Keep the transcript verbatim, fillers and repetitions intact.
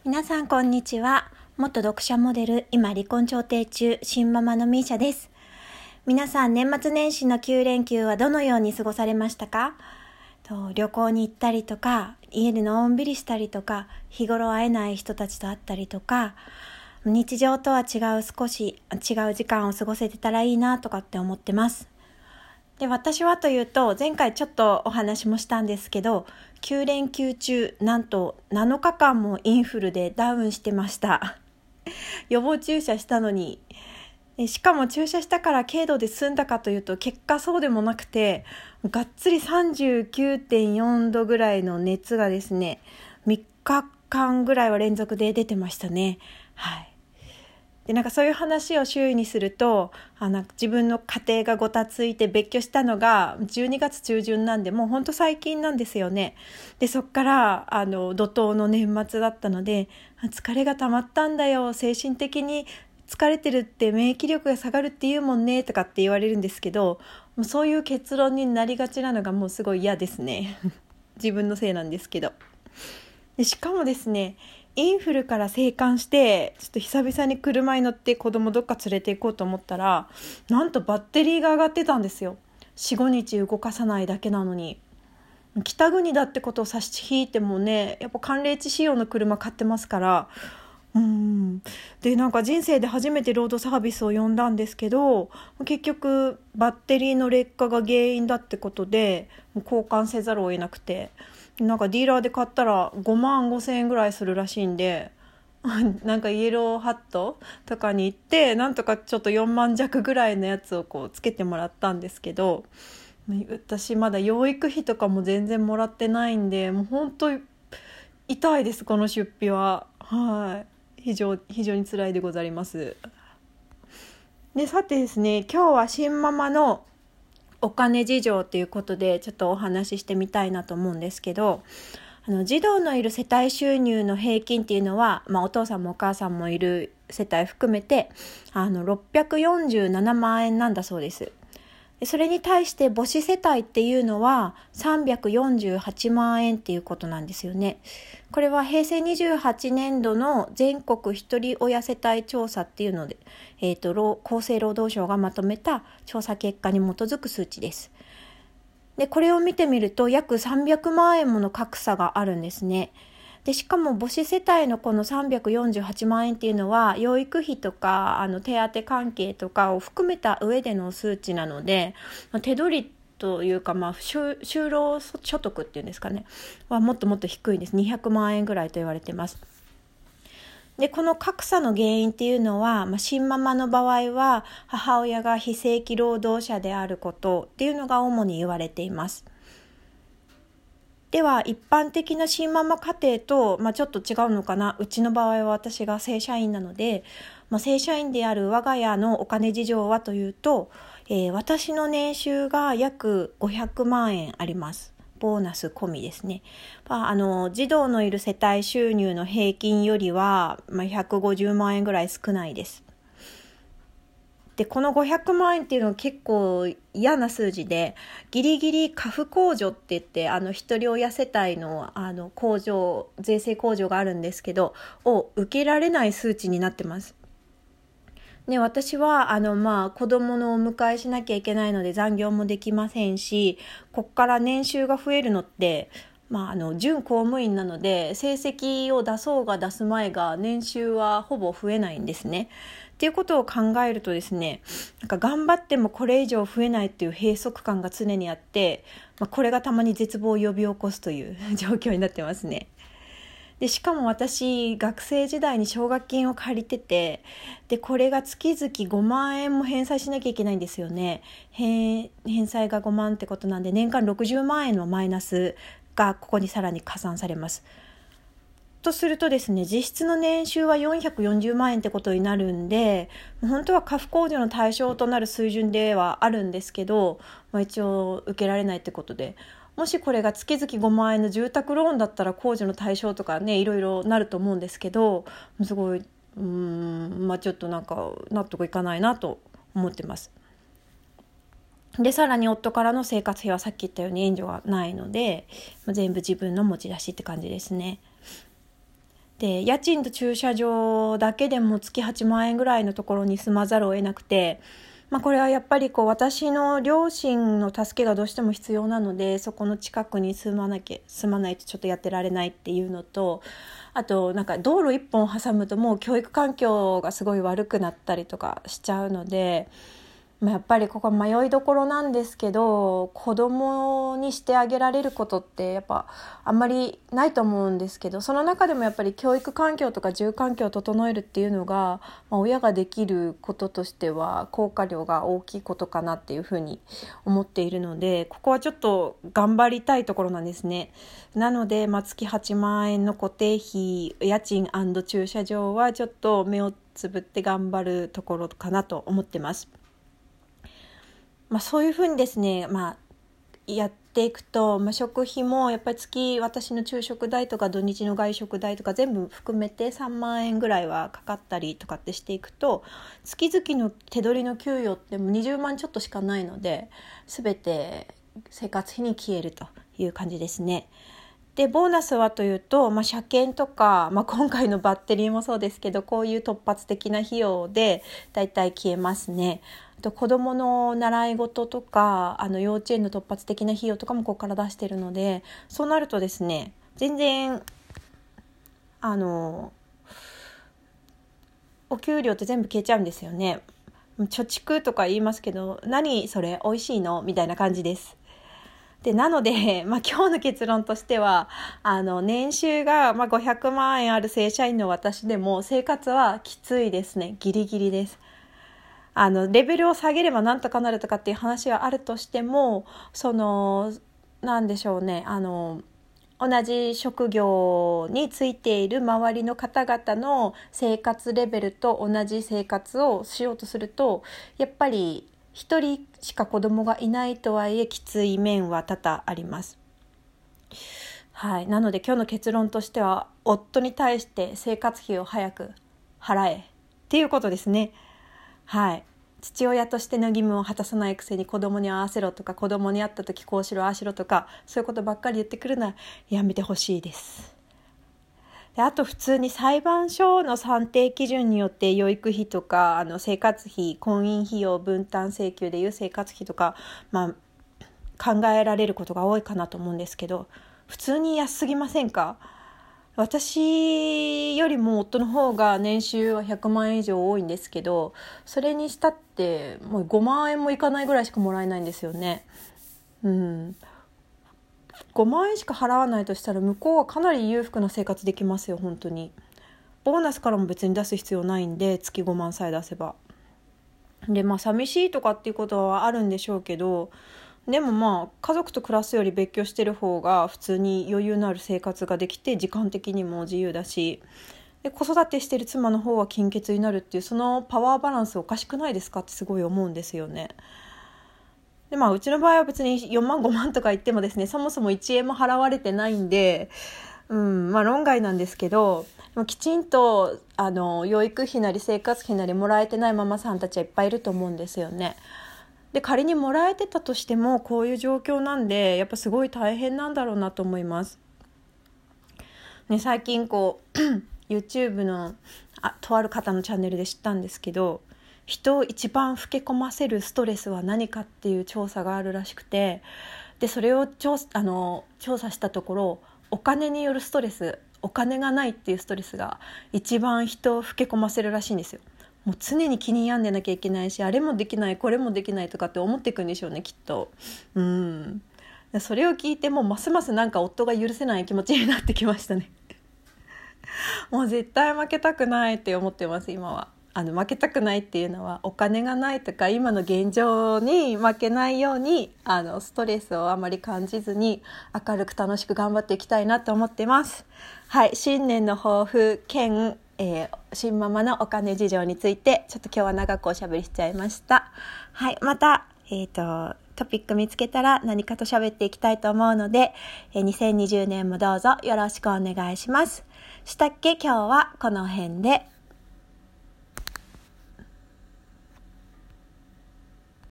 皆さんこんにちは。元読者モデル、今離婚調停中、新ママのミーシャです。皆さん年末年始のきゅう連休はどのように過ごされましたか？と旅行に行ったりとか、家でのんびりしたりとか、日頃会えない人たちと会ったりとか、日常とは違う少し違う時間を過ごせてたらいいなとかって思ってます。で、私はというと、前回ちょっとお話もしたんですけど、きゅう連休中、なんとなのかかんもインフルでダウンしてました。予防注射したのに、しかも注射したから軽度で済んだかというと、結果そうでもなくて、がっつり さんじゅうきゅうてんよんどぐらいの熱がですね、みっかかんぐらいは連続で出てましたね。はい。でなんかそういう話を周囲にすると、あなんか自分の家庭がごたついて別居したのがじゅうにがつ中旬なんで、もうほんと最近なんですよね。でそっからあの怒涛の年末だったので、疲れが溜まったんだよ、精神的に疲れてるって免疫力が下がるって言うもんねとかって言われるんですけど、もうそういう結論になりがちなのがもうすごい嫌ですね。自分のせいなんですけど。でしかもですね、インフルから生還してちょっと久々に車に乗って子供どっか連れて行こうと思ったら、なんとバッテリーが上がってたんですよ。 よん、ごにち動かさないだけなのに。北国だってことを差し引いてもね、やっぱ寒冷地仕様の車買ってますから、うーんでなんか人生で初めてロードサービスを呼んだんですけど、結局バッテリーの劣化が原因だってことで交換せざるを得なくて、なんかディーラーで買ったらごまんごせんえんぐらいするらしいんで、なんかイエローハットとかに行ってなんとかちょっとよんまん弱ぐらいのやつをこうつけてもらったんですけど、私まだ養育費とかも全然もらってないんで、もう本当痛いです、この出費は。はい非常非常に辛いでございます。でさてですね、今日は新ママのお金事情ということでちょっとお話ししてみたいなと思うんですけど、あの児童のいる世帯収入の平均っていうのは、まあ、お父さんもお母さんもいる世帯含めてあのろっぴゃくよんじゅうななまんえんなんだそうです。それに対して母子世帯っていうのはさんびゃくよんじゅうはちまんえんっていうことなんですよね。これは平成にじゅうはちねんどの全国一人親世帯調査っていうので、えーと、厚生労働省がまとめた調査結果に基づく数値です。でこれを見てみると約さんびゃくまんえんもの格差があるんですね。でしかも母子世帯のこのさんびゃくよんじゅうはちまんえんっていうのは養育費とかあの手当関係とかを含めた上での数値なので、まあ、手取りというか、まあ、就就労所得っていうんですかねはもっともっと低いんです。にひゃくまんえんぐらいと言われてます。でこの格差の原因っていうのは、まあ、新ママの場合は母親が非正規労働者であることっていうのが主に言われています。では一般的な新ママ家庭と、まあ、ちょっと違うのかな。うちの場合は私が正社員なので、まあ、正社員である我が家のお金事情はというと、えー、私の年収が約ごひゃくまんえんあります。ボーナス込みですね。まあ、あの児童のいる世帯収入の平均よりは、まあ、ひゃくごじゅうまんえんぐらい少ないです。でこのごひゃくまんえんっていうのは結構嫌な数字で、ギリギリ過付控除って言ってあの一人親世帯のあの控除税制控除があるんですけどを受けられない数値になってます。ね、私はあの、まあ、子供のお迎えしなきゃいけないので残業もできませんし、こっから年収が増えるのって、まあ、あの準公務員なので成績を出そうが出す前が年収はほぼ増えないんですね。っていうことを考えるとですね、なんか頑張ってもこれ以上増えないっていう閉塞感が常にあって、まあ、これがたまに絶望を呼び起こすという状況になってますね。でしかも私学生時代に奨学金を借りてて、でこれが月々ごまんえんも返済しなきゃいけないんですよね。返済がごまんってことなんで年間ろくじゅうまんえんのマイナスがここにさらに加算されます。とするとですね、実質の年収はよんひゃくよんじゅうまんえんってことになるんで、本当は過付控除の対象となる水準ではあるんですけど、まあ、一応受けられないってことで、もしこれが月々ごまんえんの住宅ローンだったら控除の対象とかね、いろいろなると思うんですけど、すごいうーんまあちょっとなんか納得いかないなと思ってます。でさらに夫からの生活費はさっき言ったように援助がないので、まあ、全部自分の持ち出しって感じですね。 で、家賃と駐車場だけでも月はちまんえんぐらいのところに住まざるを得なくて、まあ、これはやっぱりこう私の両親の助けがどうしても必要なので、そこの近くに住まなきゃ住まないとちょっとやってられないっていうのと、あとなんか道路一本挟むともう教育環境がすごい悪くなったりとかしちゃうので、まあ、やっぱりここは迷いどころなんですけど、子供にしてあげられることってやっぱあんまりないと思うんですけど、その中でもやっぱり教育環境とか住環境を整えるっていうのが、まあ、親ができることとしては効果量が大きいことかなっていうふうに思っているので、ここはちょっと頑張りたいところなんですね。なので、まあ、月はちまんえんの固定費、家賃&駐車場はちょっと目をつぶって頑張るところかなと思ってます。まあ、そういうふうにですね、まあ、やっていくと、まあ、食費もやっぱり月私の昼食代とか土日の外食代とか全部含めてさんまんえんぐらいはかかったりとかってしていくと、月々の手取りの給与ってもうにじゅうまんちょっとしかないので、全て生活費に消えるという感じですね。で、ボーナスはというと、まあ、車検とか、まあ、今回のバッテリーもそうですけど、こういう突発的な費用でだいたい消えますね。あと子どもの習い事とか、あの幼稚園の突発的な費用とかもここから出してるので、そうなるとですね、全然あのお給料って全部消えちゃうんですよね。貯蓄とか言いますけど、何それ美味しいのみたいな感じです。でなので、まあ、今日の結論としては、あの年収がまあごひゃくまんえんある正社員の私でも生活はきついですね。ギリギリです。あのレベルを下げればなんとかなるとかっていう話はあるとしても、そのなんでしょうね、あの同じ職業についている周りの方々の生活レベルと同じ生活をしようとすると、やっぱり一人しか子供がいないとはいえきつい面は多々あります。はい、なので今日の結論としては、夫に対して生活費を早く払えっていうことですね。はい、父親としての義務を果たさないくせに子供に合わせろとか、子供に会った時こうしろああしろとか、そういうことばっかり言ってくるのはやめてほしいです。であと普通に裁判所の算定基準によって養育費とか、あの生活費、婚姻費用分担請求でいう生活費とか、まあ、考えられることが多いかなと思うんですけど、普通に安すぎませんか？私よりも夫の方が年収はひゃくまんえん以上多いんですけど、それにしたってもうごまんえんもいかないぐらいしかもらえないんですよね。うん、ごまんえんしか払わないとしたら向こうはかなり裕福な生活できますよ。本当にボーナスからも別に出す必要ないんで、月ごまんさえ出せば。でまあ寂しいとかっていうことはあるんでしょうけど、でもまあ家族と暮らすより別居してる方が普通に余裕のある生活ができて、時間的にも自由だし、で子育てしてる妻の方は金欠になるっていう、そのパワーバランスおかしくないですかってすごい思うんですよね。でまあうちの場合は別によんまんごまんとか言ってもですね、そもそもいちえんも払われてないんで、うんまあ論外なんですけど、きちんとあの養育費なり生活費なりもらえてないママさんたちはいっぱいいると思うんですよね。で仮にもらえてたとしてもこういう状況なんで、やっぱすごい大変なんだろうなと思います、ね、最近こうYouTube のあとある方のチャンネルで知ったんですけど、人を一番老け込ませるストレスは何かっていう調査があるらしくて、でそれを調あの調査したところ、お金によるストレス、お金がないっていうストレスが一番人を老け込ませるらしいんですよ。もう常に気に病んでなきゃいけないし、あれもできないこれもできないとかって思っていくんでしょうね、きっと。うんそれを聞いてもうますますなんか夫が許せない気持ちになってきましたねもう絶対負けたくないって思ってます今は。あの負けたくないっていうのは、お金がないとか今の現状に負けないように、あのストレスをあまり感じずに明るく楽しく頑張っていきたいなと思ってます。はい、新年の抱負兼、えー、新ママのお金事情についてちょっと今日は長くおしゃべりしちゃいました。はい、また、えーと、トピック見つけたら何かと喋っていきたいと思うので、えー、にせんにじゅうねんもどうぞよろしくお願いします。したっけ今日はこの辺で。